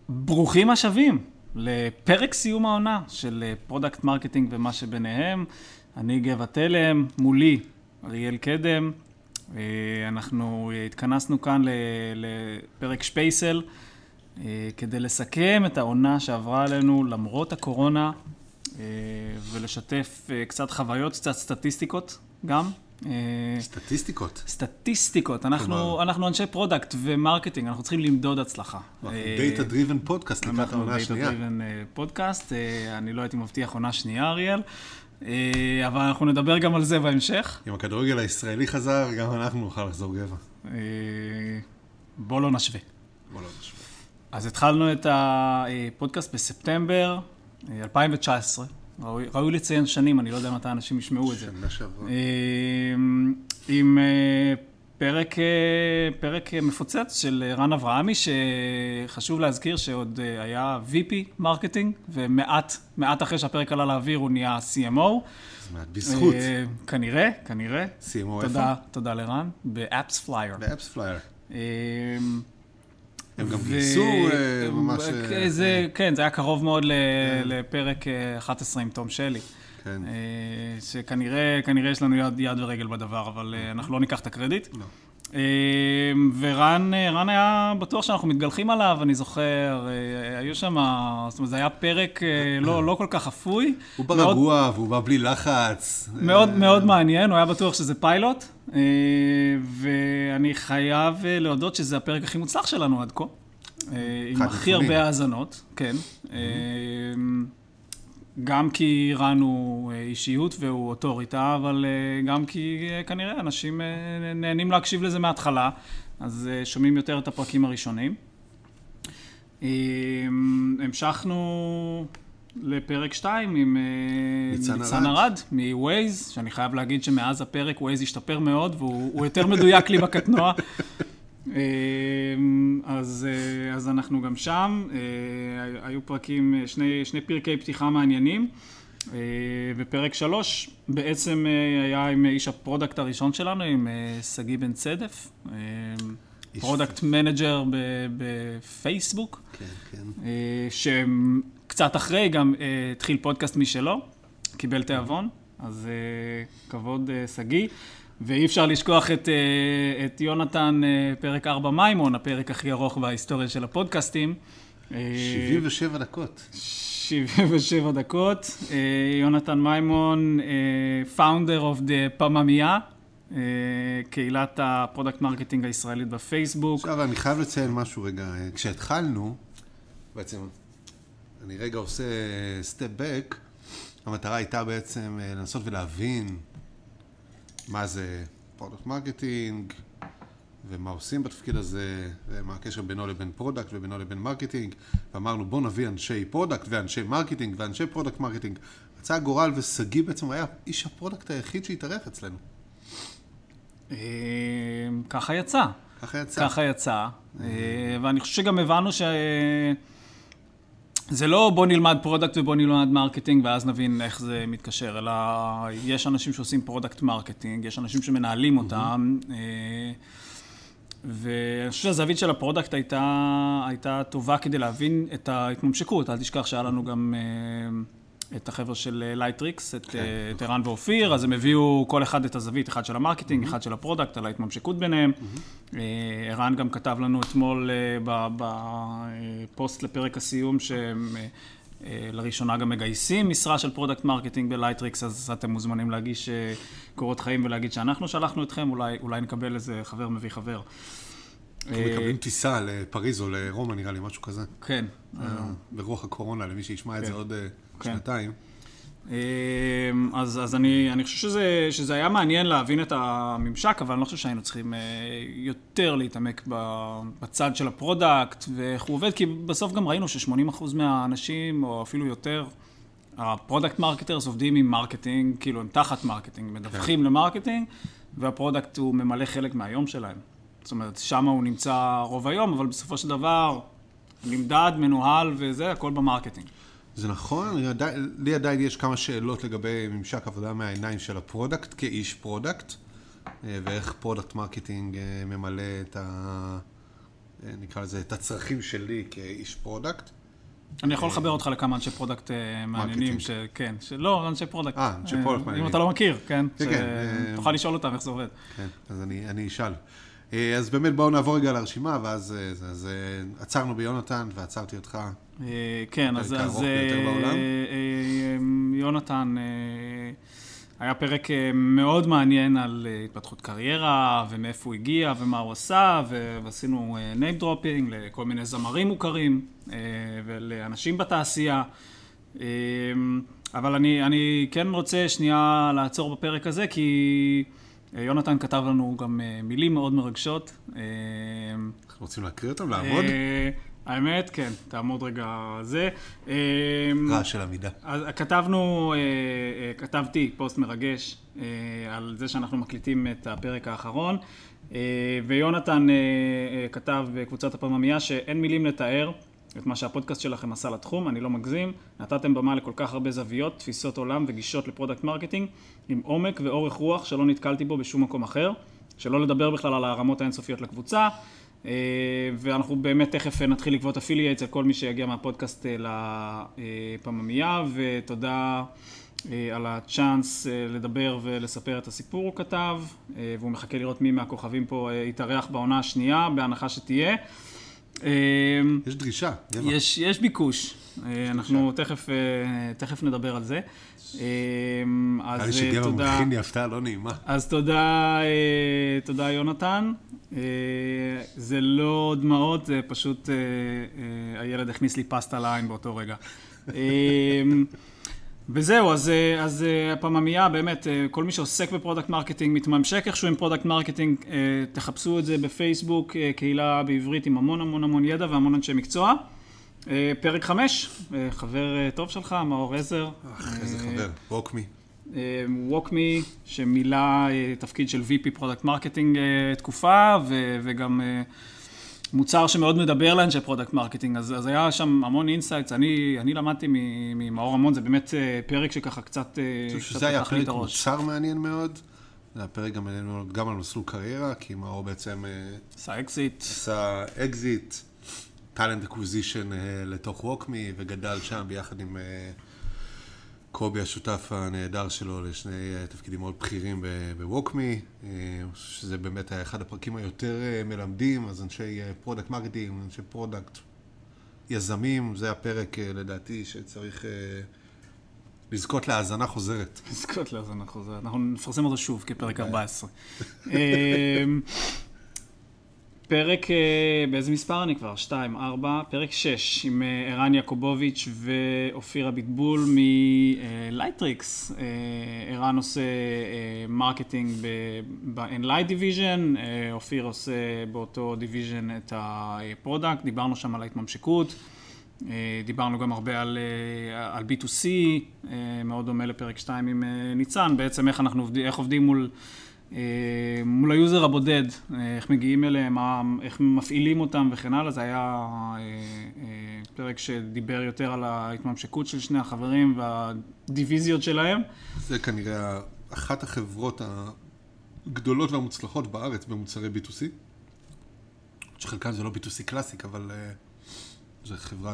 ברוכים השבים לפרק סיום העונה של פרודקט מרקטינג ומה שביניהם. אני גבע תלם, מולי אריאל קדם. אנחנו התכנסנו כאן לפרק שפייסל כדי לסכם את העונה שעברה עלינו למרות הקורונה ולשתף קצת חוויות, קצת סטטיסטיקות גם. סטטיסטיקות. אנחנו אנשי פרודקט ומרקטינג, אנחנו צריכים למדוד הצלחה. דאטה דריבן פודקאסט, לקראת העונה השנייה. דאטה דריבן פודקאסט, אני לא הייתי מבטיח עונה שנייה, אריאל, אבל אנחנו נדבר גם על זה בהמשך. אם הכדורגל הישראלי חזר, גם אנחנו נוכל לחזור גבע. בוא לא נשווה. אז התחלנו את הפודקאסט בספטמבר 2019. ראוי לציין שנים, אני לא יודע מתי אנשים ישמעו את זה. שנה שעברה. עם פרק מפוצץ של רן אברהמי, שחשוב להזכיר שעוד היה VP מרקטינג, ומעט אחרי שהפרק עלה לאוויר הוא נהיה CMO. אז מעט בזכות. כנראה. CMO איפה? תודה לרן, באפס פלייר. באפס פלייר. הם גם גייסו ממש... כן, זה היה קרוב מאוד לפרק 11 עם תום שלי. כן. שכנראה יש לנו יד ורגל בדבר, אבל אנחנו לא ניקח את הקרדיט. לא. ורן היה בטוח שאנחנו מתגלחים עליו, אני זוכר, היו שם, זאת אומרת, זה היה פרק לא כל כך אפוי. הוא ברגוע והוא בא בלי לחץ. מאוד מעניין, הוא היה בטוח שזה פיילוט, ואני חייב להודות שזה הפרק הכי מוצלח שלנו עד כה, עם הכי הרבה האזנות, כן. גם כי רן הוא אישיות והוא אוטוריטה, אבל גם כי כנראה אנשים נהנים להקשיב לזה מההתחלה, אז שומעים יותר את הפרקים הראשונים. המשכנו לפרק 2 עם ניצן ארד מווייז, שאני חייב להגיד שמאז הפרק ווייז השתפר מאוד, והוא יותר מדויק לי בקטנוע. אז אנחנו גם שם, היו פרקים, שני פרקי פתיחה מעניינים, ופרק 3 בעצם היה עם איש הפרודקט הראשון שלנו, עם סגי בן צדף, פרודקט מנג'ר בפייסבוק, שקצת אחרי גם התחיל פודקאסט משלו, קיבל תיאבון, אז כבוד סגי. ואי אפשר לשכוח את יונתן, פרק 4 מימון, הפרק הכי ארוך בהיסטוריה של הפודקאסטים. 77 דקות. 77 דקות. יונתן מימון, founder of the פממיה, קהילת הפרודקט מרקטינג הישראלית בפייסבוק. עכשיו, אני חייב לציין משהו רגע. כשהתחלנו, בעצם, אני רגע עושה step back, המטרה הייתה בעצם לנסות ולהבין מה זה פרודקט מרקטינג, ומה עושים בתפקיד הזה, ומה הקשר בינו לבין פרודקט ובינו לבין מרקטינג. ואמרנו, בוא נביא אנשי פרודקט ואנשי מרקטינג ואנשי פרודקט מרקטינג. רצה גורל וסגי בעצם היה איש הפרודקט היחיד שהתארח אצלנו. ככה יצא. ואני חושב שגם הבנו זה לא בוא נלמד פרודקט ובוא נלמד מרקטינג ואז נבין איך זה מתקשר, אלא יש אנשים שעושים פרודקט מרקטינג, יש אנשים שמנהלים אותם, ואני חושב שהזווית של הפרודקט הייתה טובה כדי להבין את ההתממשקות. אל תשכח שהיה לנו גם את החבר'ה של לייטריקס, את ערן ואופיר, אז הם הביאו כל אחד את הזווית, אחד של המרקטינג, אחד של הפרודקט, על ההתממשקות ביניהם. ערן גם כתב לנו אתמול בפוסט לפרק הסיום, שהם לראשונה גם מגייסים משרה של פרודקט מרקטינג בלייטריקס, אז אתם מוזמנים להגיש קורות חיים ולהגיד שאנחנו שלחנו אתכם, אולי נקבל איזה חבר מביא חבר. אנחנו מקבלים טיסה לפריז או לרומא, נראה לי, משהו כזה. כן. ברוח הקורונה, למי שישמע את זה עוד שנתיים. אז אני חושב שזה היה מעניין להבין את הממשק, אבל אני לא חושב שהיינו צריכים יותר להתעמק בצד של הפרודקט ואיך הוא עובד, כי בסוף גם ראינו ש80% מהאנשים, או אפילו יותר, הפרודקט מרקטרס עובדים עם מרקטינג, כאילו הם תחת מרקטינג, מדווחים למרקטינג, והפרודקט הוא ממלא חלק מהיום שלהם. זאת אומרת, שם הוא נמצא רוב היום, אבל בסופו של דבר נמדד, מנוהל וזה, הכל במרקטינג. זה נכון, לי עדיין יש כמה שאלות לגבי ממשק עבודה מהעיניים של הפרודקט כאיש פרודקט, ואיך פרודקט מרקטינג ממלא נקרא לזה, את הצרכים שלי כאיש פרודקט. אני יכול לחבר אותך לכמה אנשי פרודקט מעניינים, כן, לא, אנשי פרודקט. אנשי פרודקט מעניינים. אם אתה לא מכיר, כן? כן. תוכל לשאול אותם איך זה עובד. כן, אז אני אשאל. אז באמת בואו נעבור רגע לרשימה, ואז עצרנו ביונתן ועצרתי אותך. כן, אז יונתן, היה פרק מאוד מעניין על התפתחות קריירה, ומאיפה הוא הגיע, ומה הוא עשה, ועשינו name dropping לכל מיני זמרים מוכרים, ולאנשים בתעשייה. אבל אני כן רוצה שנייה לעצור בפרק הזה, כי יונתן כתב לנו גם מילים מאוד מרגשות. אנחנו רוצים להקריא אותם, לעמוד? האמת, כן, תעמוד רגע זה. רעש של עמידה. אז כתבתי פוסט מרגש על זה שאנחנו מקליטים את הפרק האחרון, ויונתן כתב בקבוצת הפממיה שאין מילים לתאר את מה שהפודקאסט שלכם עשה לתחום, אני לא מגזים. נתתם במה לכל כך הרבה זוויות, תפיסות עולם וגישות לפרודקט מרקטינג, עם עומק ואורך רוח שלא נתקלתי בו בשום מקום אחר, שלא לדבר בכלל על הרמות האינסופיות לקבוצה, ואנחנו באמת תכף נתחיל לגבות אפילייטס על כל מי שיגיע מהפודקאסט לפממיה, ותודה על הצ'אנס לדבר ולספר את הסיפור הוא כתב, והוא מחכה לראות מי מהכוכבים פה יתארח בעונה השנייה, בהנחה שתהיה. יש דרישה. יש ביקוש. אנחנו תכף נדבר על זה. אז שגרם מכין לי הפתעה לא נעימה. אז תודה יונתן. זה לא דמעות, זה פשוט הילד הכניס לי פסטה לעין באותו רגע. וזהו, אז הפממיה, באמת, כל מי שעוסק בפרודקט מרקטינג, מתממשק איכשהו עם פרודקט מרקטינג, תחפשו את זה בפייסבוק, קהילה בעברית עם המון ידע והמון אנשי מקצוע. פרק 5, חבר טוב שלך, מאור עזר. איזה חבר, ווקמי, שמילא תפקיד של VP פרודקט מרקטינג תקופה, וגם מוצר שמאוד מדבר לאנשי פרודקט מרקטינג, אז היה שם המון אינסייטס, אני למדתי ממאור המון, זה באמת פרק שככה קצת שזה היה פרק מוצר מעניין מאוד, זה היה פרק גם על מסלול קריירה, כי מאור בעצם עשה אקזיט, טלנט אקוויזישן לתוך ווקמי, וגדל שם ביחד עם קובי, השותף הנהדר שלו, לשני תפקידים מאוד בכירים בווקמי, שזה באמת היה אחד הפרקים היותר מלמדים, אז אנשי פרודקט מרקטינג, אנשי פרודקט יזמים, זה הפרק לדעתי שצריך לזכות להאזנה חוזרת. לזכות להאזנה חוזרת, אנחנו נפרסם אותו שוב כפרק 14. פרק, באיזה מספר אני כבר? 2, 4, פרק 6, עם ערן יעקובוביץ' ואופיר אביטבול מלייטריקס. ערן עושה מרקטינג ב-Enlight Division, אופיר עושה באותו Division את הפרודקט, דיברנו שם על ההתממשקות, דיברנו גם הרבה על B2C, מאוד דומה לפרק 2 עם ניצן, בעצם איך עובדים מול היוזר הבודד, איך מגיעים אליהם, איך מפעילים אותם וכן הלאה. זה היה פרק שדיבר יותר על ההתממשקות של שני החברים והדיוויזיות שלהם. זה כנראה אחת החברות הגדולות והמוצלחות בארץ במוצרי B2C. שחלקם זה לא B2C קלאסיק, אבל זו חברה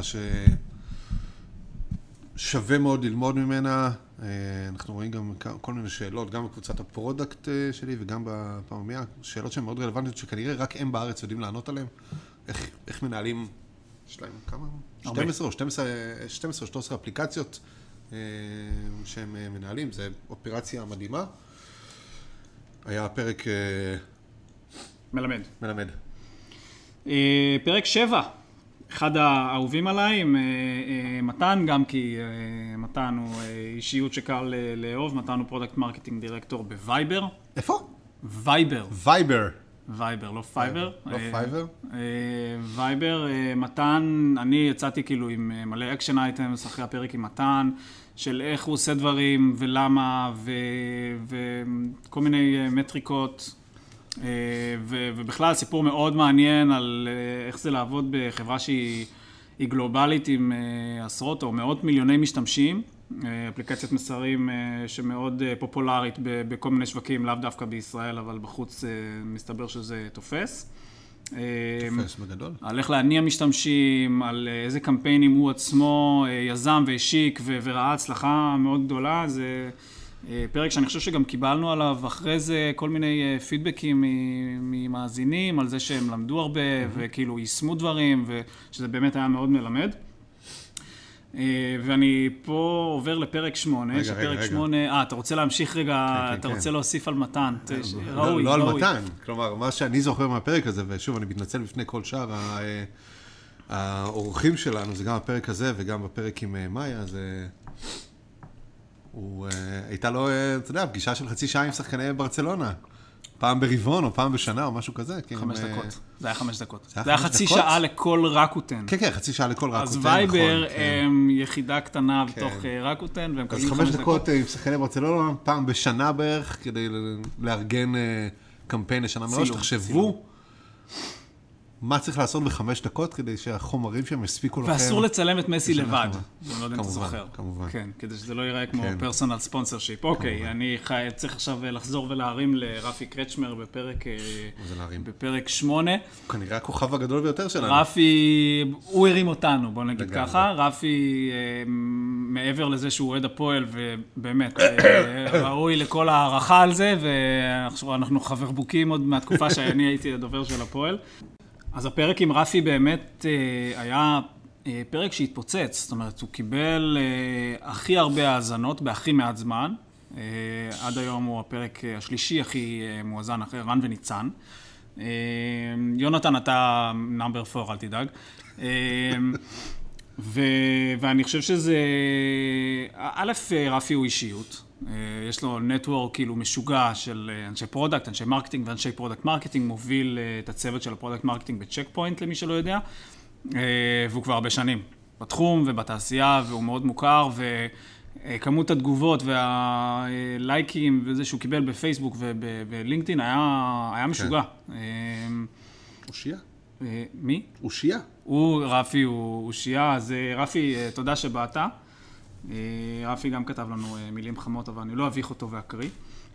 ששווה מאוד ללמוד ממנה. אנחנו רואים גם כל מיני שאלות, גם בקבוצת הפרודקט שלי וגם בפממיה, שאלות שהן מאוד רלוונטיות, שכנראה רק הם בארץ יודעים לענות עליהן. איך מנהלים, יש להם כמה? 12 או 13 אפליקציות שהם מנהלים, זה אופרציה מדהימה. היה פרק מלמד. פרק 7. אחד האהובים עליי עם מתן, גם כי מתן הוא אישיות שקל לאהוב. מתן הוא פרודקט מרקטינג דירקטור בווייבר. איפה? וייבר. לא פייבר. וייבר, מתן, אני יצאתי כאילו עם מלא אקשן אייטמס אחרי הפרק עם מתן, של איך הוא עושה דברים ולמה, וכל מיני מטריקות. ובכלל סיפור מאוד מעניין על איך זה לעבוד בחברה שהיא גלובלית עם עשרות או מאות מיליוני משתמשים, אפליקציית מסרים שמאוד פופולרית בכל מיני שווקים, לאו דווקא בישראל, אבל בחוץ מסתבר שזה תופס. תופס בגדול. על איך להניע משתמשים, על איזה קמפיינים הוא עצמו יזם והשיק וראה הצלחה מאוד גדולה. זה פרק שאני חושב שגם קיבלנו עליו אחרי זה כל מיני פידבקים ממאזינים, על זה שהם למדו הרבה וכאילו יישמו דברים, ושזה באמת היה מאוד מלמד. ואני פה עובר לפרק 8, רגע. שפרק 8, אתה רוצה להמשיך רגע, כן, אתה כן. רוצה להוסיף על מתן, ראוי. לא על מתן, כלומר, מה שאני זוכר מהפרק הזה, ושוב, אני מתנצל בפני כל שאר האורחים שלנו, זה גם הפרק הזה וגם בפרק עם מאיה, זה... הייתה לו, אתה יודע, פגישה של חצי שעה עם שחקני ברצלונה. פעם ברבעון או פעם בשנה או משהו כזה. 5 דקות. זה היה 5 דקות. זה היה זה היה 5 חצי דקות? שעה לכל רקוטן. כן, חצי שעה לכל רקוטן, אז נכון. וייבר כן. הם יחידה קטנה בתוך רקוטן, והם אז מקבלים 5 דקות עם שחקני ברצלונה, פעם בשנה בערך, כדי לארגן קמפיין לשנה מראש. תחשבו מה צריך לעשות ב5 דקות, כדי שהחומרים שהם יספיקו לכם. ואסור לצלם את מסי לבד. אני לא יודע אם אתה כמובן, זוכר. כמובן. כן, כדי שזה לא ייראה כמו כן. פרסונל ספונסרשיפ. אוקיי, אני צריך עכשיו לחזור ולהרים לרפי קרצ'מר בפרק 8. כנראה הכוכב הגדול ביותר שלנו. רפי, הוא הרים אותנו, בוא נגיד לגמרי. ככה. רפי, מעבר לזה שהוא אוהד הפועל, ובאמת, ראוי לכל הערכה על זה, ואנחנו חברבוקים עוד מהתקופה שאני הייתי הדובר של הפועל. אז הפרק עם רפי באמת היה פרק שהתפוצץ, זאת אומרת, הוא קיבל הכי הרבה האזנות בהכי מעט זמן. עד היום הוא הפרק השלישי הכי מואזן אחרי רן וניצן. יונתן, אתה נאמבר 4, אל תדאג. ואני חושב שזה... א', רפי הוא אישיות. יש לו נטוורק כאילו משוגע של אנשי פרודקט, אנשי מרקטינג ואנשי פרודקט מרקטינג, מוביל את הצוות של הפרודקט מרקטינג בצ'ק פוינט, למי שלא יודע, והוא כבר הרבה שנים בתחום ובתעשייה, והוא מאוד מוכר, וכמות התגובות והלייקים וזה שהוא קיבל בפייסבוק ובלינקדאין היה משוגע. אושיה? מי? אושיה? רפי הוא אושיה, אז רפי, תודה שבאת. רפי גם כתב לנו מילים חמות, אבל אני לא אביך אותו ואקריא.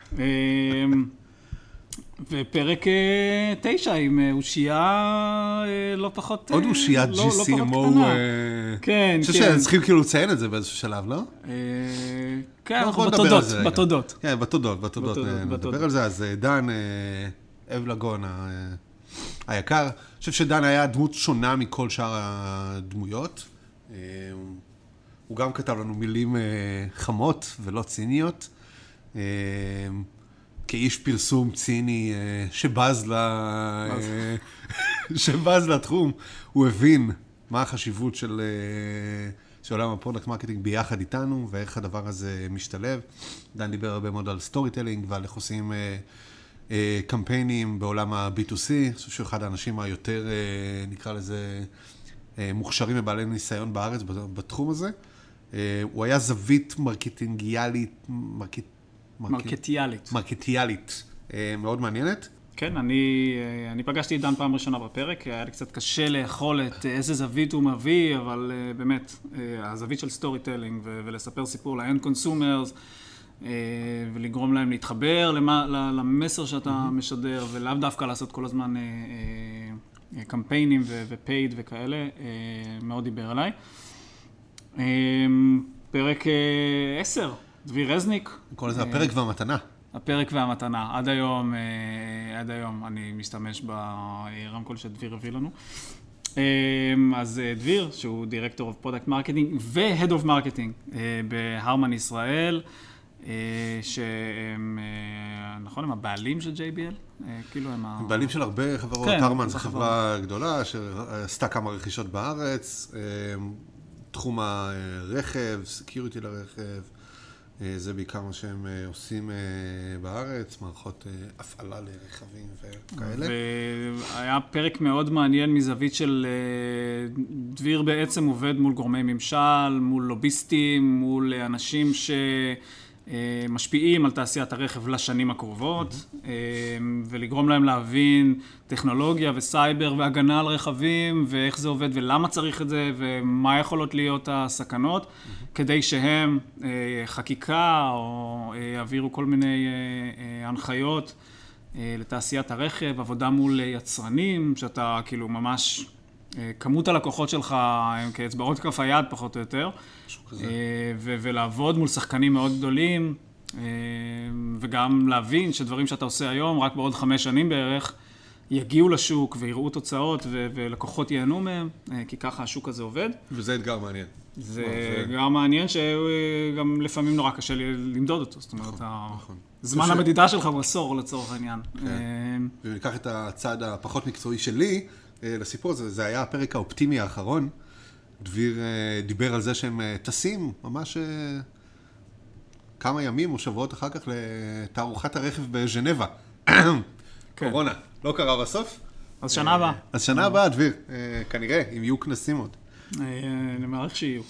ופרק 9 עם אושיה לא פחות... עוד אושיה GCMO. כן, אני חושב שצריכים כאילו לציין את זה באיזשהו שלב, לא? כן, אנחנו בתודות. כן, בתודות. נדבר על זה. אז דן אבלגון היקר, אני חושב שדן היה דמות שונה מכל שאר הדמויות. הוא גם כתב לנו מילים חמות ולא ציניות. כאיש פרסום ציני שבז לתחום, הוא הבין מה החשיבות של עולם הפרודקט מרקטינג ביחד איתנו, ואיך הדבר הזה משתלב. דן דיבר הרבה מאוד על סטורי טלינג ועל איך עושים קמפיינים בעולם ה-B2C. אני חושב שהוא אחד האנשים היותר, נקרא לזה, מוכשרים ובעלי ניסיון בארץ בתחום הזה. הוא היה זווית מרקטיאלית, מאוד מעניינת. כן, אני פגשתי את דן פעם ראשונה בפרק, היה לי קצת קשה לאכול את איזה זווית הוא מביא, אבל באמת, הזווית של סטורי טלינג ולספר סיפור ל-end consumers, ולגרום להם להתחבר למסר שאתה משדר, ולאו דווקא לעשות כל הזמן קמפיינים ופייד וכאלה, מאוד דיבר עליי. פרק 10, דביר רזניק. כל זה הפרק והמתנה. הפרק והמתנה. עד היום אני משתמש ברמקול שדביר הביא לנו. אז דביר, שהוא דירקטור of product marketing ו-head of marketing בהרמן ישראל, שהם, נכון, הם הבעלים של JBL? כאילו הם בעלים של הרבה חברות. הרמן זו חברה גדולה שעשתה כמה רכישות בארץ. תחום הרכב, סקיוריטי לרכב, זה בעיקר מה שהם עושים בארץ, מערכות הפעלה לרכבים וכאלה. והיה פרק מאוד מעניין מזווית של דביר בעצם עובד מול גורמי ממשל, מול לוביסטים, מול אנשים שמשפיעים על תעשיית הרכב לשנים הקרובות, ולגרום להם להבין טכנולוגיה וסייבר והגנה על רכבים, ואיך זה עובד ולמה צריך את זה, ומה יכולות להיות הסכנות, כדי שהם חקיקה או יעבירו כל מיני הנחיות לתעשיית הרכב, עבודה מול יצרנים, שאתה כאילו ממש, כמות הלקוחות שלך הם כאצבעות כף היד פחות או יותר, ולעבוד מול שחקנים מאוד גדולים, וגם להבין שדברים שאתה עושה היום, רק בעוד 5 שנים בערך, יגיעו לשוק ויראו תוצאות ולקוחות ייהנו מהם, כי ככה השוק הזה עובד. וזה אתגר מעניין. זה אתגר מעניין שגם לפעמים נורא קשה למדוד אותו. זאת אומרת, זמן המדידה שלך הוא עשור לצורך העניין. ואם ניקח את הצד הפחות מקצועי שלי לסיפור הזה, זה היה הפרק האופטימי האחרון. דביר דיבר על זה שהם טסים ממש כמה ימים או שבועות אחר כך לתערוכת הרכב בז'נבה. קורונה. לא קרה בסוף. אז שנה הבאה. אז שנה הבאה, דביר. כנראה, אם יהיו כנסים עוד. אני מעריך שיהיו.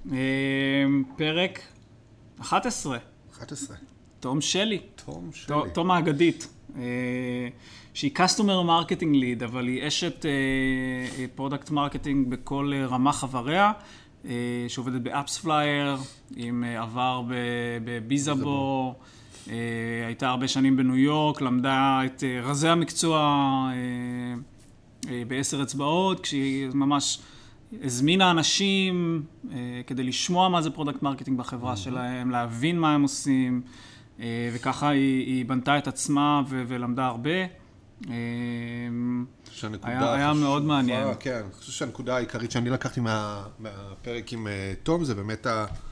פרק 11. 11. תום שלי. תום שלי. תום האגדית. שהיא Customer Marketing Lead, אבל היא אשת Product Marketing בכל רמה חבריה, שעובדת ב-AppsFlyer, עם עבר בביזאבו, הייתה הרבה שנים בניו יורק, למדה את רזי המקצוע ב10 אצבעות, כשהיא ממש הזמינה אנשים כדי לשמוע מה זה פרודקט מרקטינג בחברה שלהם, להבין מה הם עושים, וככה היא בנתה את עצמה ולמדה הרבה. היה מאוד מעניין. כן, אני חושב שהנקודה העיקרית שאני לקחתי מהפרק עם תום, זה באמת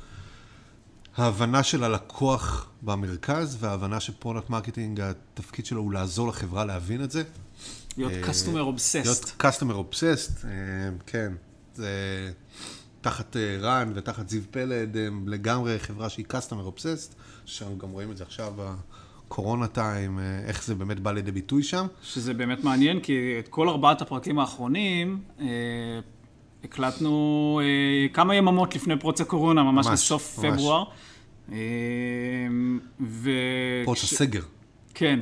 ההבנה של הלקוח במרכז, וההבנה שפרודקט מרקטינג, התפקיד שלו הוא לעזור לחברה להבין את זה. להיות customer obsessed. להיות customer obsessed, כן. זה תחת רן ותחת זיו פלד, לגמרי חברה שהיא customer obsessed, שאנחנו גם רואים את זה עכשיו בקורונה טיים, איך זה באמת בא לידי ביטוי שם. שזה באמת מעניין, כי את כל 4 הפרקים האחרונים, הקלטנו כמה יממות לפני פרוץ הקורונה, ממש בסוף פברואר. פרוץ הסגר. כן,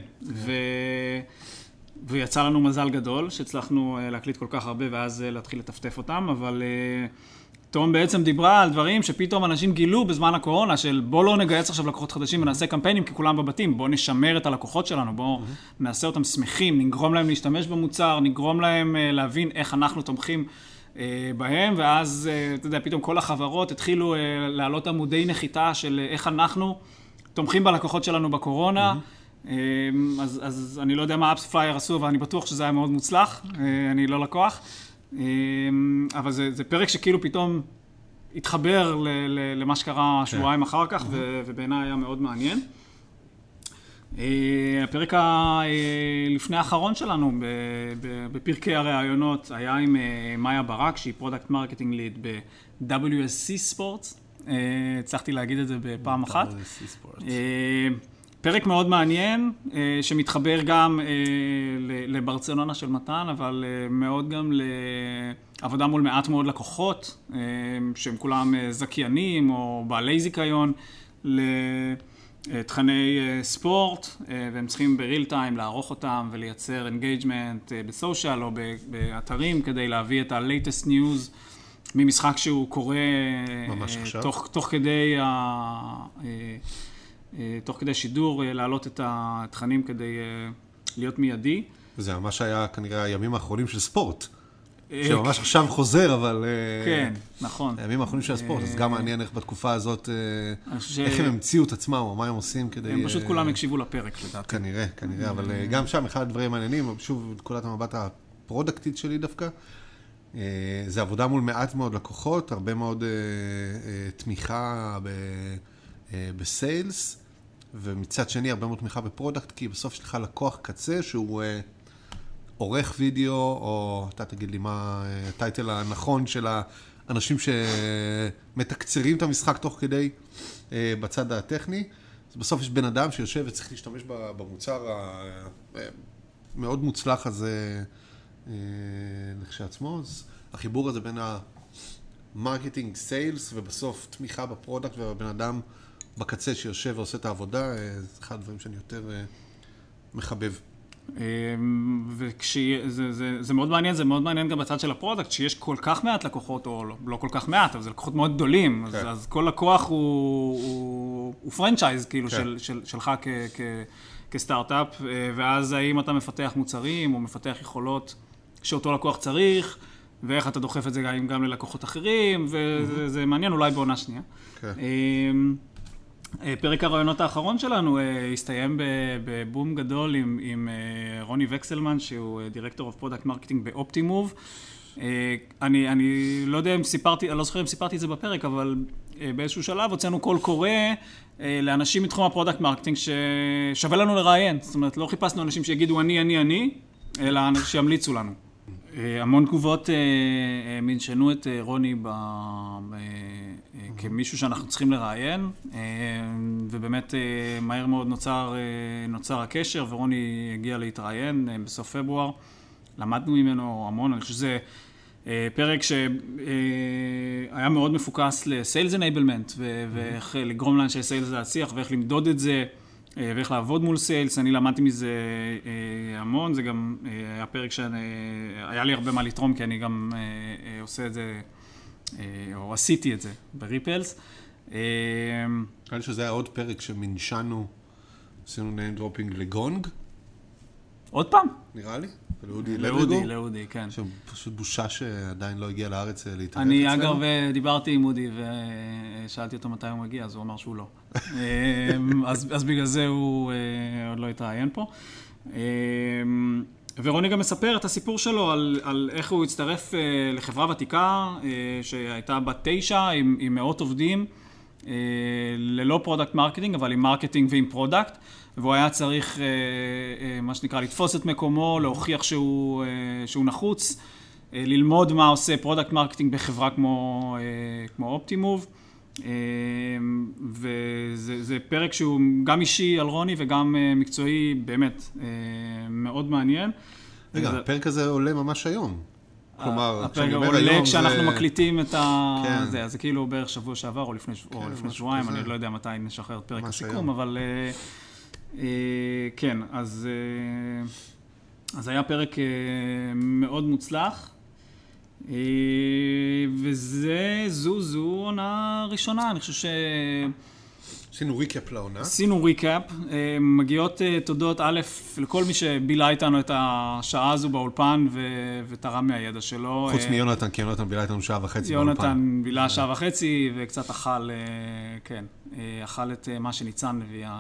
ויצא לנו מזל גדול, שהצלחנו להקליט כל כך הרבה ואז להתחיל לטפטף אותם, אבל תום בעצם דיברה על דברים שפתאום אנשים גילו בזמן הקורונה, של בוא לא נגייס עכשיו לקוחות חדשים ונעשה קמפיינים כי כולם בבתים, בוא נשמר את הלקוחות שלנו, בוא נעשה אותם שמחים, נגרום להם להשתמש במוצר, נגרום להם להבין איך אנחנו תומכים בהם, ואז, אתה יודע, פתאום כל החברות התחילו להעלות עמודי נחיתה של איך אנחנו תומכים בלקוחות שלנו בקורונה, אז אני לא יודע מה AppsFlyer עשו, אבל אני בטוח שזה היה מאוד מוצלח, אני לא לקוח, אבל זה פרק שכאילו פתאום התחבר למה שקרה שבועיים אחר כך, ובעיניי היה מאוד מעניין. הפרק לפני האחרון שלנו בפרקי הרעיונות היה עם מאיה ברק, שהיא פרודקט מרקטינג ליד ב-WSC ספורטס. הצלחתי להגיד את זה בפעם אחת. פרק מאוד מעניין, שמתחבר גם לברצלונה של מתן, אבל מאוד גם לעבודה מול מעט מאוד לקוחות, שהם כולם זכיינים או בעלי זיכיון, תכני ספורט, והם צריכים בריל טיים לערוך אותם ולייצר אינגייג'מנט בסושיאל או באתרים כדי להביא את ה-latest news ממשחק שהוא קורה תוך כדי שידור, להעלות את התכנים כדי להיות מיידי. זה ממש היה כנראה הימים האחרונים של ספורט. שממש עכשיו חוזר, אבל... כן, נכון. הימים האחרונים של הספורט, אז גם מעניין איך בתקופה הזאת, איך הם המציאו את עצמם, או מה הם עושים כדי... הם פשוט כולם הקשיבו לפרק, לדעתי. כנראה, אבל גם שם אחד הדברים מעניינים, שוב, נקודת המבט הפרודקטית שלי דווקא, זה עבודה מול מעט מאוד לקוחות, הרבה מאוד תמיכה בסיילס, ומצד שני הרבה מאוד תמיכה בפרודקט, כי בסוף יש לך לקוח קצה שהוא... עורך וידאו, או אתה תגיד לי מה הטייטל הנכון של האנשים שמתקצרים את המשחק תוך כדי בצד הטכני. אז בסוף יש בן אדם שיושב וצריך להשתמש במוצר המאוד מוצלח הזה לכשעצמו. אז החיבור הזה בין המרקטינג, סיילס, ובסוף תמיכה בפרודקט והבן אדם בקצה שיושב ועושה את העבודה, זה אחד הדברים שאני יותר מחבב. וזה מאוד מעניין, זה מאוד מעניין גם בצד של הפרודקט, שיש כל כך מעט לקוחות, או לא כל כך מעט, אבל זה לקוחות מאוד גדולים, אז כל לקוח הוא פרנצ'ייז, כאילו, שלך כסטארט-אפ, ואז האם אתה מפתח מוצרים או מפתח יכולות שאותו לקוח צריך, ואיך אתה דוחף את זה גם ללקוחות אחרים, וזה מעניין אולי בעונה שנייה. פרק הרעיונות האחרון שלנו הסתיים בבום גדול עם רוני וקסלמן, שהוא דירקטור of product marketing באופטימוב. אני לא יודע אם סיפרתי, אני לא זוכר אם סיפרתי את זה בפרק, אבל באיזשהו שלב הוצאנו קול קורא לאנשים מתחום הפרודקט מרקטינג ששווה לנו לראיין. זאת אומרת, לא חיפשנו אנשים שיגידו אני, אלא שימליצו לנו. המון תגובות מנשנו את רוני כמישהו שאנחנו צריכים לראיין, ובאמת מהר מאוד נוצר הקשר, ורוני הגיע להתראיין בסוף פברואר. למדנו ממנו המון, אני חושב שזה פרק שהיה מאוד מפוקס לסיילס אנייבלמנט, ואיך לגרום לאנשי סיילס להצליח, ואיך למדוד את זה, ואיך לעבוד מול סיילס. אני למדתי מזה המון, זה גם היה פרק שהיה לי הרבה מה לתרום, כי אני גם עושה את זה, או עשיתי את זה בריפלס. נראה לי שזה היה עוד פרק שמנשנו, עשינו name dropping לגונג. עוד פעם? נראה לי. לאודי, כן. פשוט בושה שעדיין לא הגיע לארץ להתארח אצלנו. אני אגב דיברתי עם אודי ושאלתי אותו מתי הוא מגיע, אז הוא אמר שהוא לא. אז בגלל זה הוא עוד לא התראיין פה. ורוני גם מספר את הסיפור שלו על איך הוא הצטרף לחברה ותיקה שהייתה בת 9 עם מאות עובדים, ללא פרודקט מרקטינג, אבל עם מרקטינג ועם פרודקט, והוא היה צריך, מה שנקרא, לתפוס את מקומו, להוכיח שהוא נחוץ, ללמוד מה עושה פרודקט מרקטינג בחברה כמו אופטימוב, וזה פרק שהוא גם אישי על רוני וגם מקצועי, באמת, מאוד מעניין. רגע, הפרק הזה עולה ממש היום. כלומר, הפרק עולה כשאנחנו מקליטים את זה, אז זה כאילו בערך שבוע שעבר או לפני שבועיים, אני לא יודע מתי נשחרר את פרק הסיכום, אבל כן, אז היה פרק מאוד מוצלח, זו עונה ראשונה, אני חושב עשינו ריקאפ לעונה. עשינו ריקאפ, מגיעות תודות א' לכל מי שבילה איתנו את השעה הזו באולפן ותרם מהידע שלו. חוץ מיונתן, כי יונתן בילה איתנו שעה וחצי באולפן. יונתן בילה שעה וחצי וקצת אכל, כן, אכל את מה שניצן הביאה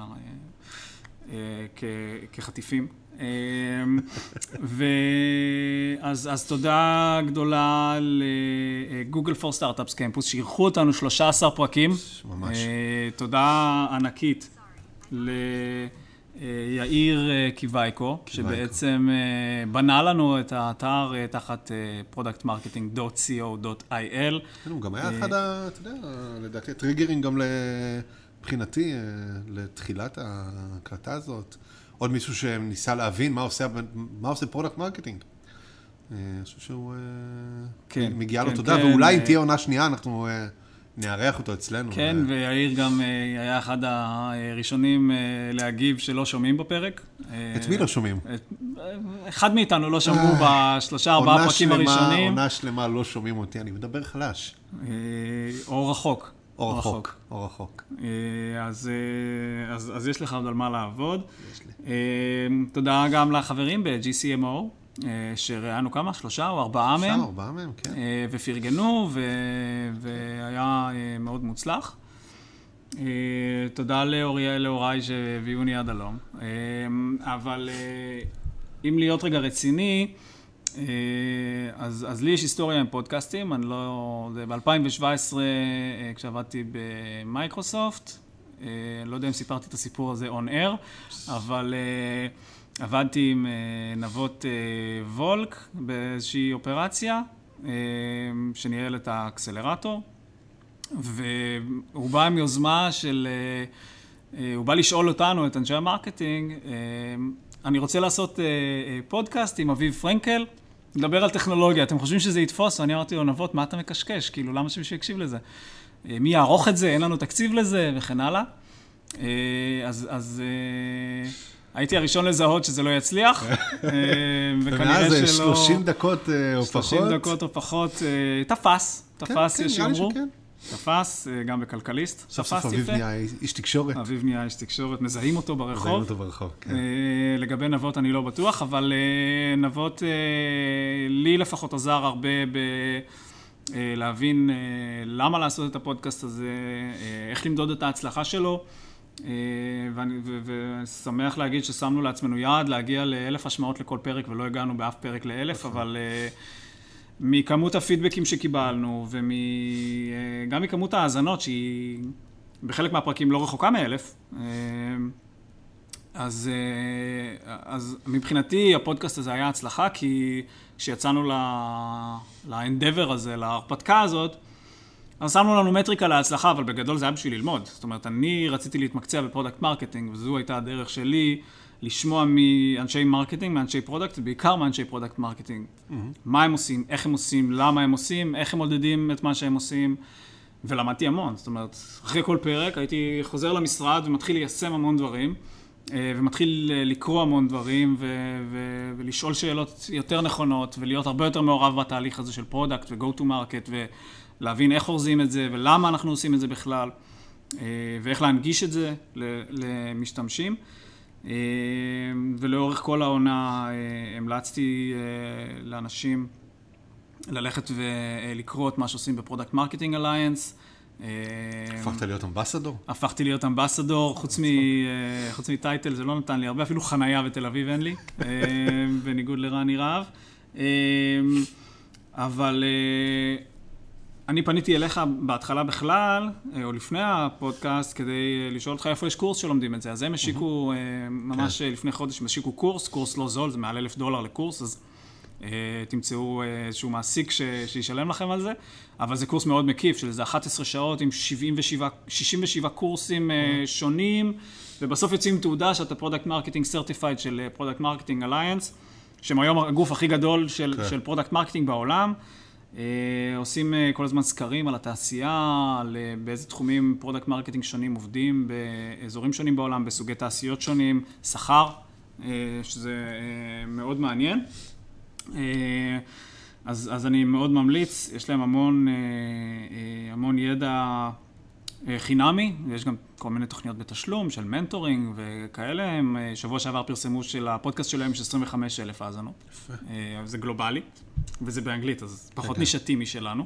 כחטיפים. אז תודה גדולה לגוגל פור סטארט-אפס קמפוס, שאירחו אותנו 13 פרקים. ממש. תודה ענקית ליאיר קיווייקו, שבעצם בנה לנו את האתר תחת productmarketing.co.il. הוא גם היה אחד, אתה יודע, לדעתי, טריגרינג גם לבחינתי, לתחילת ההקלטה הזאת. עוד מישהו שניסה להבין מה עושה פרודקט מרקטינג. אני חושב שהוא מגיע לו תודה, ואולי אם תהיה עונה שנייה, אנחנו נארח אותו אצלנו. כן, ויאיר גם היה אחד הראשונים להגיב שלא שומעים בפרק. את מי לא שומעים? אחד מאיתנו לא שמעו ב3-4 פרקים הראשונים. עונה שלמה לא שומעים אותי, אני מדבר חלש. או רחוק. רחוק. אז יש לך עוד על מה לעבוד. תודה גם לחברים ב-GCMO, שראינו כמה? 3 או 4 מהם. 4 מהם, כן. ופרגנו, והיה מאוד מוצלח. תודה לאוריאל, לאוריי שהביאוני עד הלום. אבל אם להיות רגע רציני, אז לי יש היסטוריה עם פודקאסטים, אני לא, זה ב-2017 כשעבדתי במייקרוסופט, לא יודע אם סיפרתי את הסיפור הזה on air, אבל עבדתי עם נבות וולק באיזושהי אופרציה, שניהל את האקסלרטור, והוא בא עם יוזמה של, הוא בא לשאול אותנו, את אנשי המרקטינג, אני רוצה לעשות פודקאסט עם אביב פרנקל, לדבר על טכנולוגיה, אתם חושבים שזה יתפוס? ואני אמרתי לו, נבות, מה אתה מקשקש? כאילו, למה שמישהו יקשיב לזה? מי יערוך את זה? אין לנו תקציב לזה, וכן הלאה. אז הייתי הראשון לזהות שזה לא יצליח, וכנראה שלא... 30 דקות או פחות. 30 דקות או פחות, תפס, יש שיאמרו. תפס, גם בכלכליסט. סוף סוף אביב נהיה איש תקשורת. אביב נהיה איש תקשורת, מזהים אותו ברחוב. מזהים אותו ברחוב, כן. לגבי נבות אני לא בטוח, אבל נבות לי לפחות עזר הרבה להבין למה לעשות את הפודקאסט הזה, איך למדוד את ההצלחה שלו, ואני שמח להגיד ששמנו לעצמנו יעד להגיע ל1,000 השמעות לכל פרק, ולא הגענו באף פרק ל1,000, אבל מכמות הפידבקים שקיבלנו, וגם מכמות ההאזנות, שהיא בחלק מהפרקים לא רחוקה מ1,000, אז מבחינתי הפודקאסט הזה היה הצלחה, כי כשיצאנו לאנדבר הזה, להרפתקה הזאת, אז שמנו לנו מטריקה להצלחה, אבל בגדול זה היה בשביל ללמוד. זאת אומרת, אני רציתי להתמקצע בפרודקט מרקטינג, וזו הייתה הדרך שלי לשמוע מאנשי מרקטינג, מאנשי פרודקט, ובעיקר מאנשי פרודקט מרקטינג. מה הם עושים, איך הם עושים, למה הם עושים, איך הם מודדים את מה שהם עושים, ולמדתי המון. זאת אומרת, אחרי כל פרק הייתי חוזר למשרד ומתחיל ליישם המון דברים, ומתחיל לקרוא המון דברים, ולשאול שאלות יותר נכונות, ולהיות הרבה יותר מעורב בתהליך הזה של פרודקט ו-go to market, ולהבין איך אורזים את זה, ולמה אנחנו עושים את זה בכלל, ואיך להנגיש את זה למשתמשים. ולאורך כל העונה המלצתי לאנשים ללכת ולקרוא את מה שעושים בפרודקט מרקטינג אליינס. הפכת להיות אמבסדור? הפכתי להיות אמבסדור, חוץ מטייטל זה לא נתן לי הרבה, אפילו חנייה בתל אביב אין לי, בניגוד לרני רהב. אבל אני פניתי אליך בהתחלה בכלל, או לפני הפודקאסט, כדי לשאול אותך איפה יש קורס שלומדים את זה. אז הם השיקו, ממש לפני חודש, הם השיקו קורס לא זול, זה מעל $1,000 לקורס, אז תמצאו איזשהו מעסיק שישלם לכם על זה, אבל זה קורס מאוד מקיף, של איזה 11 שעות עם 67 קורסים שונים, ובסוף יוצאים תעודה שאתה פרודקט מרקטינג סרטיפייד של פרודקט מרקטינג אליינס, שהם היום הגוף הכי גדול של פרודקט מרקטינג בעולם, עושים כל הזמן סקרים על התעשייה, באיזה תחומים פרודקט מרקטינג שונים עובדים, באזורים שונים בעולם, בסוגי תעשיות שונים, שכר, שזה מאוד מעניין. אז אני מאוד ממליץ, יש להם המון ידע חינמי, ויש גם כל מיני תוכניות בתשלום של מנטורינג וכאלה. הם שבוע שעבר פרסמו של הפודקאסט שלהם יש 25,000 האזנות. זה גלובלי, וזה באנגלית, אז פחות נישתי משלנו.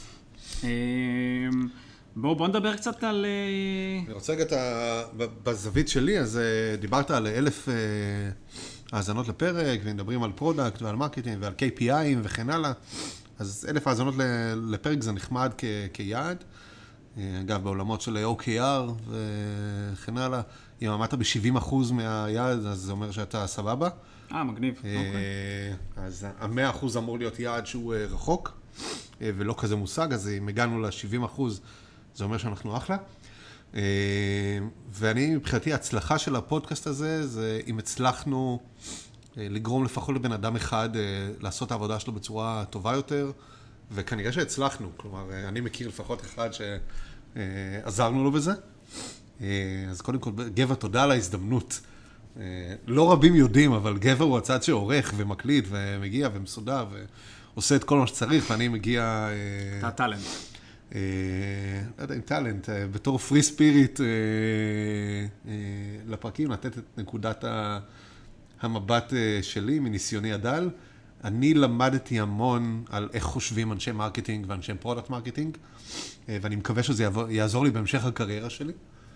בואו נדבר קצת על... אני רוצה להגיד, בזווית שלי, אז דיברת על 1,000 האזנות לפרק, ומדברים על פרודקט ועל מרקטינג ועל KPI'ים וכן הלאה. אז 1,000 האזנות לפרק זה נחמד כיעד. אגב, בעולמות של OKR וכן הלאה, אם עמדת ב-70% מהיעד, אז זה אומר שאתה סבבה. מגניב. אז ה-100% אמור להיות יעד שהוא רחוק, ולא כזה מושג, אז אם הגענו ל-70%, זה אומר שאנחנו אחלה. ואני, מבחינתי, ההצלחה של הפודקאסט הזה, זה אם הצלחנו לגרום לפחות לבן אדם אחד לעשות את העבודה שלו בצורה טובה יותר, וכנראה שהצלחנו. כלומר, אני מכיר לפחות אחד שעזרנו לו בזה. אז קודם כל, גבר, תודה על ההזדמנות. לא רבים יודעים, אבל גבר הוא הצד שעורך ומקליט ומגיע ומסודר ועושה את כל מה שצריך, ואני מגיע... אתה טלנט. לא יודע אם טלנט, בתור פרי ספיריט לפרקים, לתת את נקודת המבט שלי מניסיוני הדל. אני למדתי המון על איך חושבים אנשי מרקטינג ואנשי פרודקט מרקטינג, ואני מקווה שזה יעזור לי בהמשך הקריירה שלי.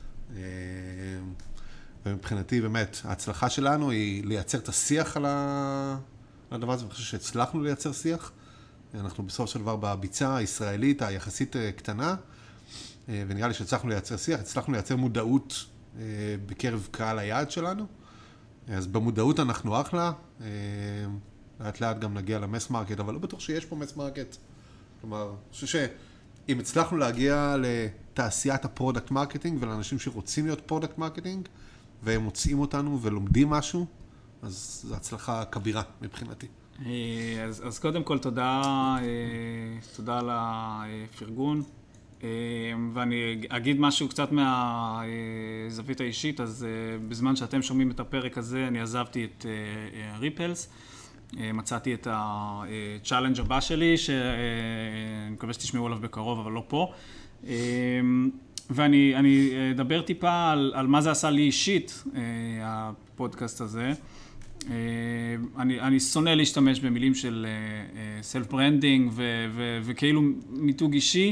ומבחינתי באמת, ההצלחה שלנו היא לייצר את השיח על הדבר הזה, ואני חושב שהצלחנו לייצר שיח. אנחנו בסוף של דבר בביצה הישראלית היחסית קטנה, ונראה לי שהצלחנו לייצר שיח, הצלחנו לייצר מודעות בקרב קהל היעד שלנו. אז במודעות אנחנו אחלה, לאט לאט גם נגיע למס מרקט, אבל לא בטוח שיש פה מס מרקט. כלומר, אני חושב שאם הצלחנו להגיע לתעשיית הפרודקט מרקטינג ולאנשים שרוצים להיות פרודקט מרקטינג, והם מוצאים אותנו ולומדים משהו, אז זו הצלחה כבירה מבחינתי. אז קודם כל תודה על הפרגון, ואני אגיד משהו קצת מהזווית האישית. אז בזמן שאתם שומעים את הפרק הזה, אני עזבתי את ריפלס, מצאתי את הצ'אלנג' הבא שלי, שאני מקווה שתשמעו עליו בקרוב, אבל לא פה. ואני אדבר טיפה על מה זה עשה לי אישית, הפודקאסט הזה. אני שונא להשתמש במילים של סלף ברנדינג וכאילו מיתוג אישי,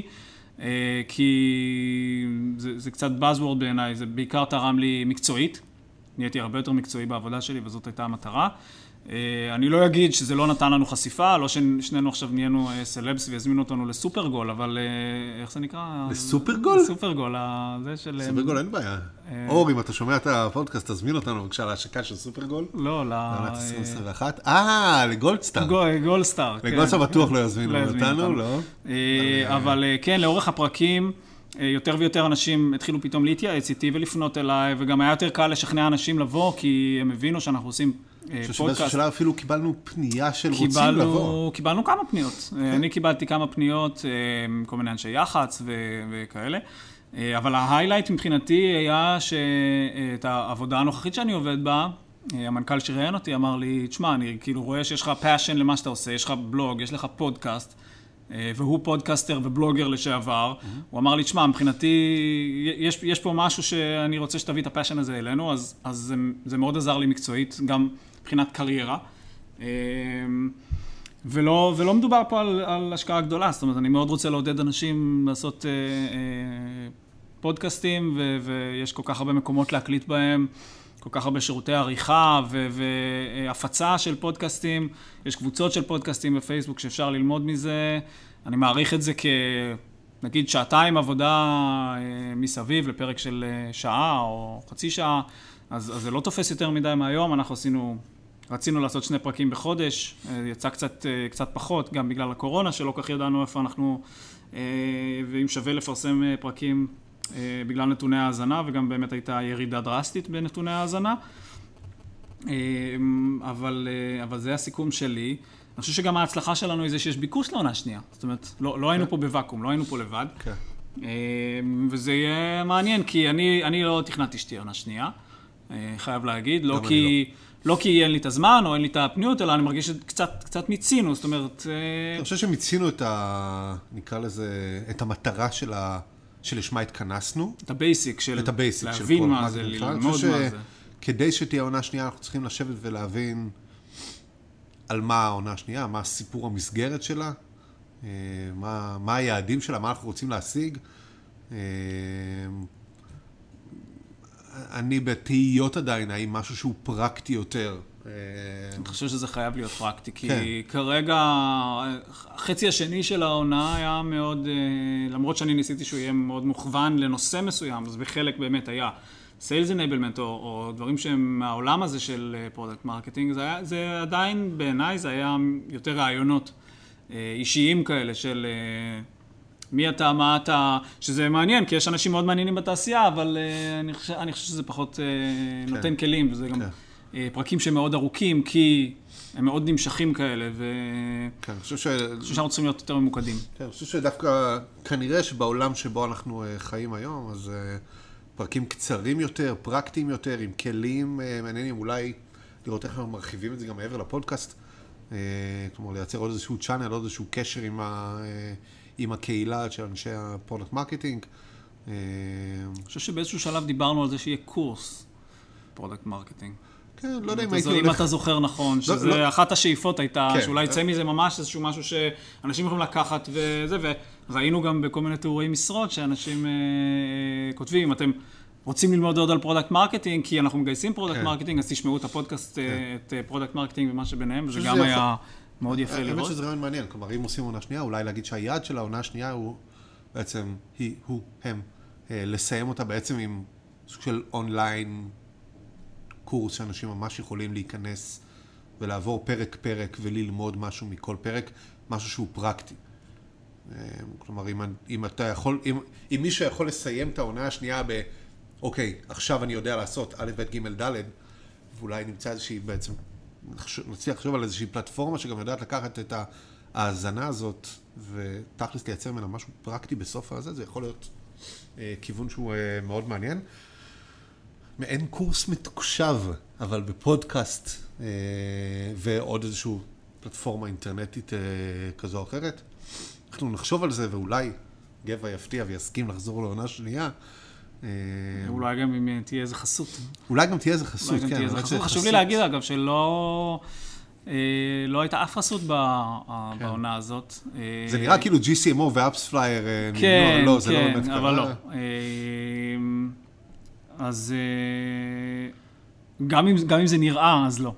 כי זה קצת buzzword בעיניי, זה בעיקר תרם לי מקצועית. נהייתי הרבה יותר מקצועי בעבודה שלי, וזאת הייתה המטרה. אני לא אגיד שזה לא נתן לנו חשיפה, לא ששנינו עכשיו נהיינו סלבס ויזמינו אותנו לסופרגול, אבל איך זה נקרא? לסופרגול? לסופרגול, זה של... סופרגול אין בעיה. אור, אם אתה שומע את הפודקאסט, תזמין אותנו בבקשה להשקה של סופרגול. לא, לעונת 2021. לגולדסטאר. גולדסטאר, כן. לגולדסטאר בטוח לא יזמינו אותנו, לא? אבל כן, לאורך הפרקים, יותר ויותר אנשים התחילו פתאום להתייעץ איתי ולפנות אליי, וגם היה יותר קל לשכנע אנשים לבוא, כי הם הבינו שאנחנו עושים פודקאסט. שבאיזשהו שלב אפילו קיבלנו פנייה של רוצים לבוא. קיבלנו כמה פניות. אני קיבלתי כמה פניות, כל מיני אנשי יח"צ וכאלה. אבל ההיילייט מבחינתי היה שאת העבודה הנוכחית שאני עובד בה, המנכ"ל שראיין אותי אמר לי, תשמע, אני כאילו רואה שיש לך passion למה שאתה עושה, יש לך בלוג, יש לך פודקאסט, והוא פודקאסטר ובלוגר לשעבר. הוא אמר לי, תשמע, מבחינתי, יש פה משהו שאני רוצה שתביא את הפאשן הזה אלינו, אז זה מאוד עזר לי מקצועית, גם מבחינת קריירה. ולא מדובר פה על השקעה גדולה, זאת אומרת, אני מאוד רוצה לעודד אנשים לעשות פודקאסטים, ויש כל כך הרבה מקומות להקליט בהם, כל כך הרבה שירותי עריכה והפצה של פודקאסטים, יש קבוצות של פודקאסטים בפייסבוק שאפשר ללמוד מזה. אני מעריך את זה נגיד שעתיים עבודה מסביב לפרק של שעה או חצי שעה, אז זה לא תופס יותר מדי מהיום. אנחנו רצינו לעשות 2 פרקים בחודש, יצא קצת פחות, גם בגלל הקורונה, שלא כך ידענו איפה אנחנו, ואם שווה לפרסם פרקים בגלל נתוני ההאזנה, וגם באמת הייתה ירידה דרסטית בנתוני ההאזנה. אבל זה הסיכום שלי. אני חושב שגם ההצלחה שלנו היא זה שיש ביקוש לעונה שנייה. זאת אומרת, לא היינו פה בוואקום, לא היינו פה לבד. וזה יהיה מעניין, כי אני לא תכננתי שתהיה עונה שנייה, חייב להגיד. לא כי אין לי את הזמן או אין לי את הפניות, אלא אני מרגיש שקצת מיצינו. זאת אומרת... אני חושב שמיצינו נקרא לזה, את המטרה שלשמה התכנסנו. את הבייסיק של להבין מה זה, ללמוד מה זה. כדי שתהיה עונה שנייה, אנחנו צריכים לשבת ולהבין על מה העונה השנייה, מה הסיפור המסגרת שלה, מה היעדים שלה, מה אנחנו רוצים להשיג. אני בתהיות עדיין, האם משהו שהוא פרקטי יותר. אני חושב שזה חייב להיות פרקטי, כי כרגע, החצי השני של העונה היה מאוד, למרות שאני ניסיתי שהוא יהיה מאוד מוכוון לנושא מסוים, אז בחלק באמת היה Sales Enablement או דברים שהם מהעולם הזה של Product Marketing, זה עדיין בעיניי, זה היה יותר רעיונות אישיים כאלה של מי אתה, מה אתה, שזה מעניין, כי יש אנשים מאוד מעניינים בתעשייה, אבל אני חושב שזה פחות נותן כלים, וזה גם פרקים שהם מאוד ארוכים, כי הם מאוד נמשכים כאלה, כן, אני חושב שאנחנו צריכים להיות יותר ממוקדים. כן, אני חושב שדווקא כנראה שבעולם שבו אנחנו חיים היום, אז פרקים קצרים יותר, פרקטיים יותר, עם כלים מעניינים, אולי לראות איך אנחנו מרחיבים את זה גם מעבר לפודקאסט, כלומר לייצר עוד איזשהו צ'אנל, עוד איזשהו קשר עם הקהילה של אנשי הפרודקט מרקטינג. אני חושב שבאיזשהו שלב דיברנו על זה שיהיה קורס פרודקט מרקטינג. כן, לא יודע אם הייתי הולך... אם אתה זוכר נכון, שזה אחת השאיפות הייתה, שאולי יצא מזה ממש איזשהו משהו שאנשים יכולים לקחת וזה, וראינו גם בכל מיני תיאורי משרות שאנשים כותבים, אם אתם רוצים ללמוד עוד על פרודקט מרקטינג, כי אנחנו מגייסים פרודקט מרקטינג, אז תשמעו את הפודקאסט, את פרודקט מרקטינג ומה שביניהם, וזה גם היה מאוד יפה לראות. האמת שזה רעיון מעניין, כלומר, אם עושים עונה שנייה, אולי להגיד שהיעד של העונה השנייה הוא בעצם, הם, לסיים אותה בעצם עם סוג של אונליין קורס שאנשים ממש יכולים להיכנס ולעבור פרק וללמוד משהו מכל פרק, משהו שהוא פרקטי. כלומר, אם מישהו יכול לסיים את העונה השנייה אוקיי, עכשיו אני יודע לעשות א', ב', ג', ד', ואולי נמצא איזושהי בעצם, נצליח לחשוב על איזושהי פלטפורמה שגם יודעת לקחת את ההאזנה הזאת ותכלס לייצר ממנה משהו פרקטי בסוף הזה, זה יכול להיות כיוון שהוא מאוד מעניין. מעין קורס מתוקשב, אבל בפודקאסט ועוד איזושהי פלטפורמה אינטרנטית כזו או אחרת. אנחנו נחשוב על זה ואולי גבע יפתיע ויסכים לחזור לעונה שנייה. אולי גם אם תהיה איזה חסות. אולי גם תהיה איזה חסות, כן. חשוב לי להגיד, אגב, שלא הייתה אף חסות בעונה הזאת. זה נראה כאילו GCMO ואפספלייר. כן, לא, זה לא באמת כן, קרה. אבל לא. אז גם אם זה נראה, אז לא.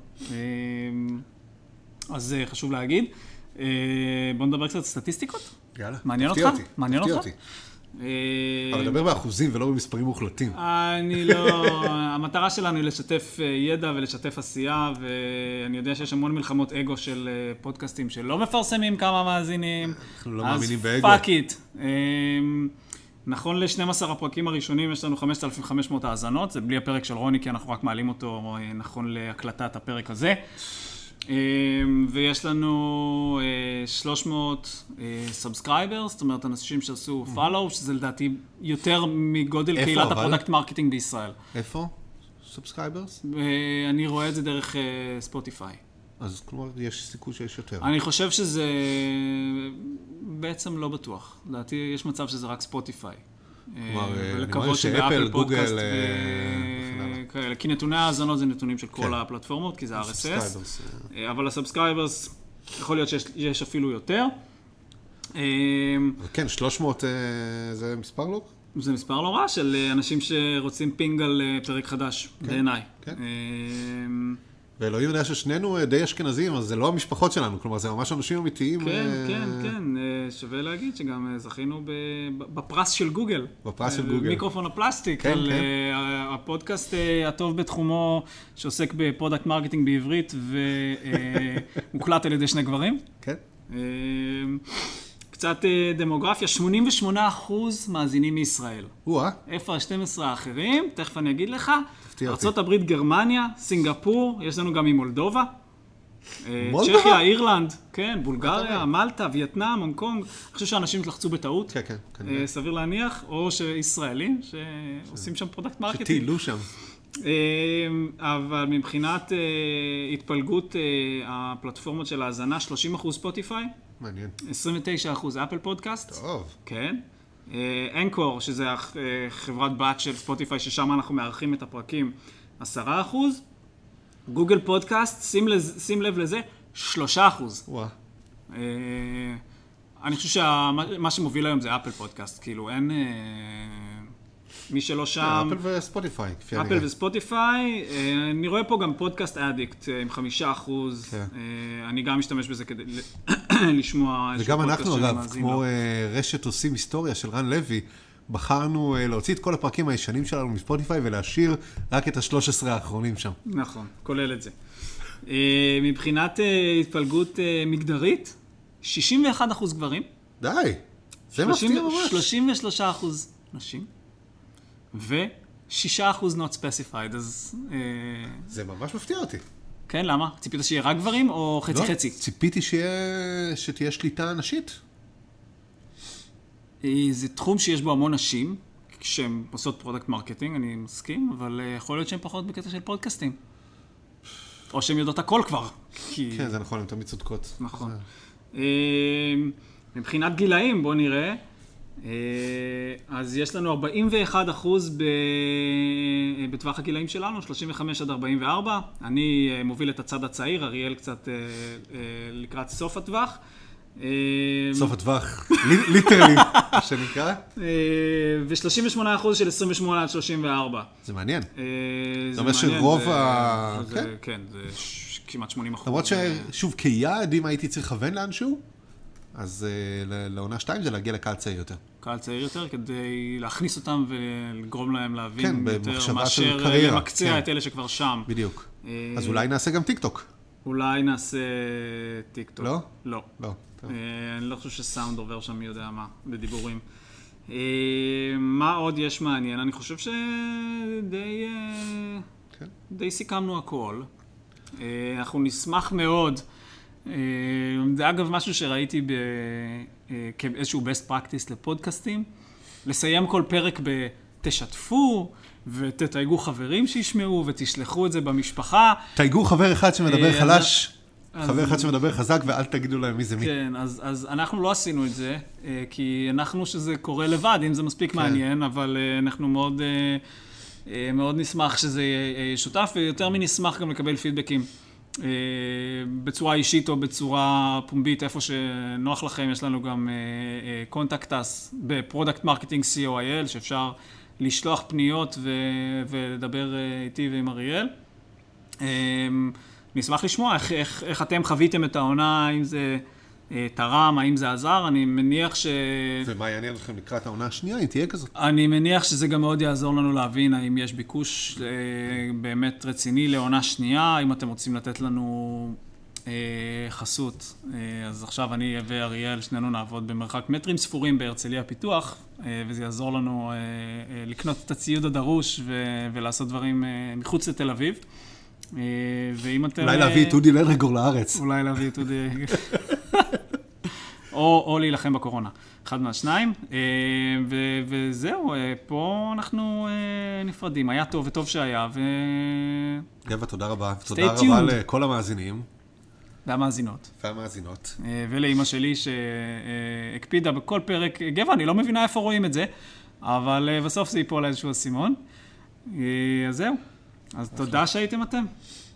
אז חשוב להגיד. בוא נדבר קצת סטטיסטיקות. יאללה. מעניין אותך? מעניין אותך? אבל נדבר באחוזים ולא במספרים מוחלטים. אני לא... המטרה שלנו היא לשתף ידע ולשתף עשייה, ואני יודע שיש המון מלחמות אגו של פודקאסטים שלא מפרסמים כמה מאזינים. אנחנו לא מאמינים באגו. אז פאק איט. נכון ל-12 הפרקים הראשונים יש לנו 5,500 האזנות, זה בלי הפרק של רוני, כי אנחנו רק מעלים אותו נכון להקלטת הפרק הזה. ויש לנו 300 סאבסקרייברס, זאת אומרת אנשים שעשו פולו, שזה לדעתי יותר מגודל קהילת הפרודקט מרקטינג בישראל. איפה? סאבסקרייברס? אני רואה את זה דרך ספוטיפיי. אז כלומר יש סיכוי שיש יותר. אני חושב שזה בעצם לא בטוח. לדעתי יש מצב שזה רק ספוטיפיי. כלומר, אני רואה שאפל, גוגל... כי נתוני האזנות זה נתונים של כל הפלטפורמות, כי זה RSS. אבל הסאבסקרייברס, יכול להיות שיש אפילו יותר. כן, 300 זה מספר לא? זה מספר לא רע של אנשים שרוצים פינג על פרק חדש, בעיניי. ואלוהים יודע ששנינו די אשכנזים, אז זה לא המשפחות שלנו, כלומר זה ממש אנשים אמיתיים. כן, שווה להגיד שגם זכינו בפרס של גוגל. בפרס של גוגל. מיקרופון הפלסטיק, על הפודקאסט הטוב בתחומו, שעוסק בפרודקט מרקטינג בעברית, ומוקלט על ידי שני גברים. כן. קצת דמוגרפיה, 88% מאזינים מישראל. איפה ה-12 האחרים? תכף אני אגיד לך. ארצות הברית, גרמניה, סינגפור, יש לנו גם ממולדובה. צ'כיה, אירלנד, כן, בולגריה, מלטה, וייטנאם, הונג קונג. אני חושב שאנשים לחצו בטעות. כן. סביר להניח, או שישראלים שעושים שם פרודקט מרקטינג. שטיילו שם. אבל מבחינת התפלגות הפלטפורמות של ההאזנה, 30% ספוטיפיי. מעניין. 29% אפל פודקאסט. טוב. כן. אנקור, שזה חברת בת של ספוטיפיי, ששם אנחנו מארחים את הפרקים, 10%. גוגל פודקאסט, שים לב לזה, 3%. וואה. אני חושב שמה שמוביל היום זה אפל פודקאסט, כאילו אין... מי שלא שם... אפל וספוטיפיי. אפל וספוטיפיי. אני רואה פה גם פודקאסט אדיקט עם 5%. אני גם משתמש בזה כדי לשמוע... וגם אנחנו אגב, כמו רשת עושים היסטוריה של רן לוי, בחרנו להוציא את כל הפרקים הישנים שלנו מספוטיפיי ולהשאיר רק את ה-13 האחרונים שם. נכון, כולל את זה. מבחינת התפלגות מגדרית, 61% גברים. די, זה מפתיע ממש. 33% נשים. ו6% not specified, אז... זה ממש מפתיע אותי. כן, למה? ציפית שיהיה רק גברים או חצי-חצי? לא, ציפיתי שתהיה שליטה נשית. זה תחום שיש בו המון נשים, כשהן עושות פרודקט מרקטינג, אני מסכים, אבל יכול להיות שהן פחות בקטע של פודקאסטים. או שהן יודעות הכל כבר. כן, זה נכון, הן תמיד צודקות. נכון. מבחינת גילאים, בוא נראה. אז יש לנו 41% בטווח הגילאים שלנו, 35 עד 44. אני מוביל את הצד הצעיר, אריאל קצת לקראת סוף הטווח. סוף הטווח, ליטרלי, שנקרא. ו-38% של 28 עד 34. זה מעניין. זה אומר שרוב ה... כן, זה כמעט 80%. למרות ששוב, כיעד, אם הייתי צריך לכוון לאנשהו, אז לעונה 2 זה להגיע לקהל צעיר יותר. קהל צעיר יותר כדי להכניס אותם ולגרום להם להבין יותר מאשר למקצע את אלה שכבר שם. בדיוק. אז אולי נעשה גם טיק טוק. אולי נעשה טיק טוק. לא? לא. לא. אני לא חושב שסאונד עובר שם מי יודע מה, בדיבורים. מה עוד יש מעניין? אני חושב שדי סיכמנו הכל. אנחנו נשמח מאוד. זה אגב משהו שראיתי כאיזשהו best practice לפודקאסטים, לסיים כל פרק תשתפו ותתייגו חברים שישמעו ותשלחו את זה במשפחה. תייגו חבר אחד שמדבר חלש. חבר אחד שמדבר חזק ואל תגידו להם מי זה מי. כן, אז אנחנו לא עשינו את זה, כי אנחנו שזה קורה לבד, אם זה מספיק מעניין, אבל אנחנו מאוד נשמח שזה יהיה שותף, ויותר מנשמח גם לקבל פידבקים. בצורה אישית או בצורה פומבית, איפה שנוח לכם, יש לנו גם contact us בפרודקט מרקטינג co.il, שאפשר לשלוח פניות ולדבר איתי ועם אריאל. נשמח לשמוע איך אתם חוויתם את העונה, אם זה תרם, האם זה עזר, אני מניח ומה יעניין לכם לקראת העונה השנייה, אם תהיה כזאת? אני מניח שזה גם מאוד יעזור לנו להבין האם יש ביקוש באמת רציני לעונה שנייה, אם אתם רוצים לתת לנו חסות. אז עכשיו אני ואריאל, שנינו נעבוד במרחק מטרים ספורים בהרצליה פיתוח, וזה יעזור לנו לקנות את הציוד הדרוש ולעשות דברים מחוץ לתל אביב. ואם אתם... אולי להביא את אודי לנרגור לארץ. אולי להביא את אודי... או להילחם בקורונה. אחד מהשניים. וזהו, פה אנחנו נפרדים. היה טוב וטוב שהיה. גבע, תודה רבה. תודה רבה לכל המאזינים. והמאזינות. ולאמא שלי שהקפידה בכל פרק. גבע, אני לא מבינה איפה רואים את זה, אבל בסוף זה ייפול איזשהו סימון. אז זהו. אז תודה שהייתם אתם.